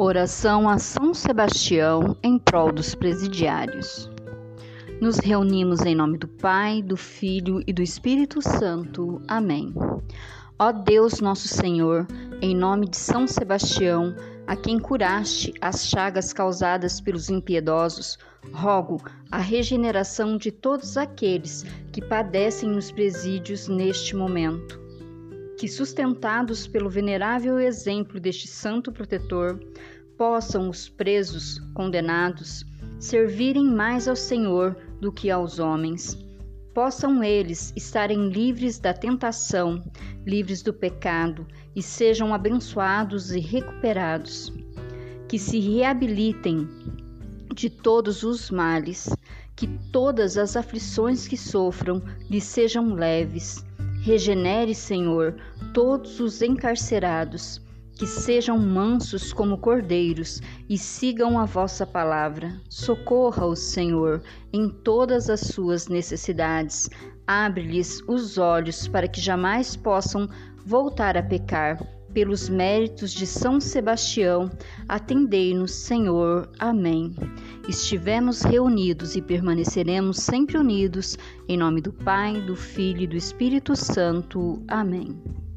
Oração a São Sebastião em prol dos presidiários. Nos reunimos em nome do Pai, do Filho e do Espírito Santo. Amém. Ó Deus nosso Senhor, em nome de São Sebastião, a quem curaste as chagas causadas pelos impiedosos, rogo a regeneração de todos aqueles que padecem nos presídios neste momento. Que, sustentados pelo venerável exemplo deste santo protetor, possam os presos, condenados, servirem mais ao Senhor do que aos homens. Possam eles estarem livres da tentação, livres do pecado, e sejam abençoados e recuperados. Que se reabilitem de todos os males, que todas as aflições que sofram lhes sejam leves. Regenere, Senhor, todos os encarcerados, que sejam mansos como cordeiros e sigam a vossa palavra. Socorra-os, Senhor, em todas as suas necessidades. Abre-lhes os olhos para que jamais possam voltar a pecar. Pelos méritos de São Sebastião, atendei-nos, Senhor. Amém. Estivemos reunidos e permaneceremos sempre unidos, em nome do Pai, do Filho e do Espírito Santo. Amém.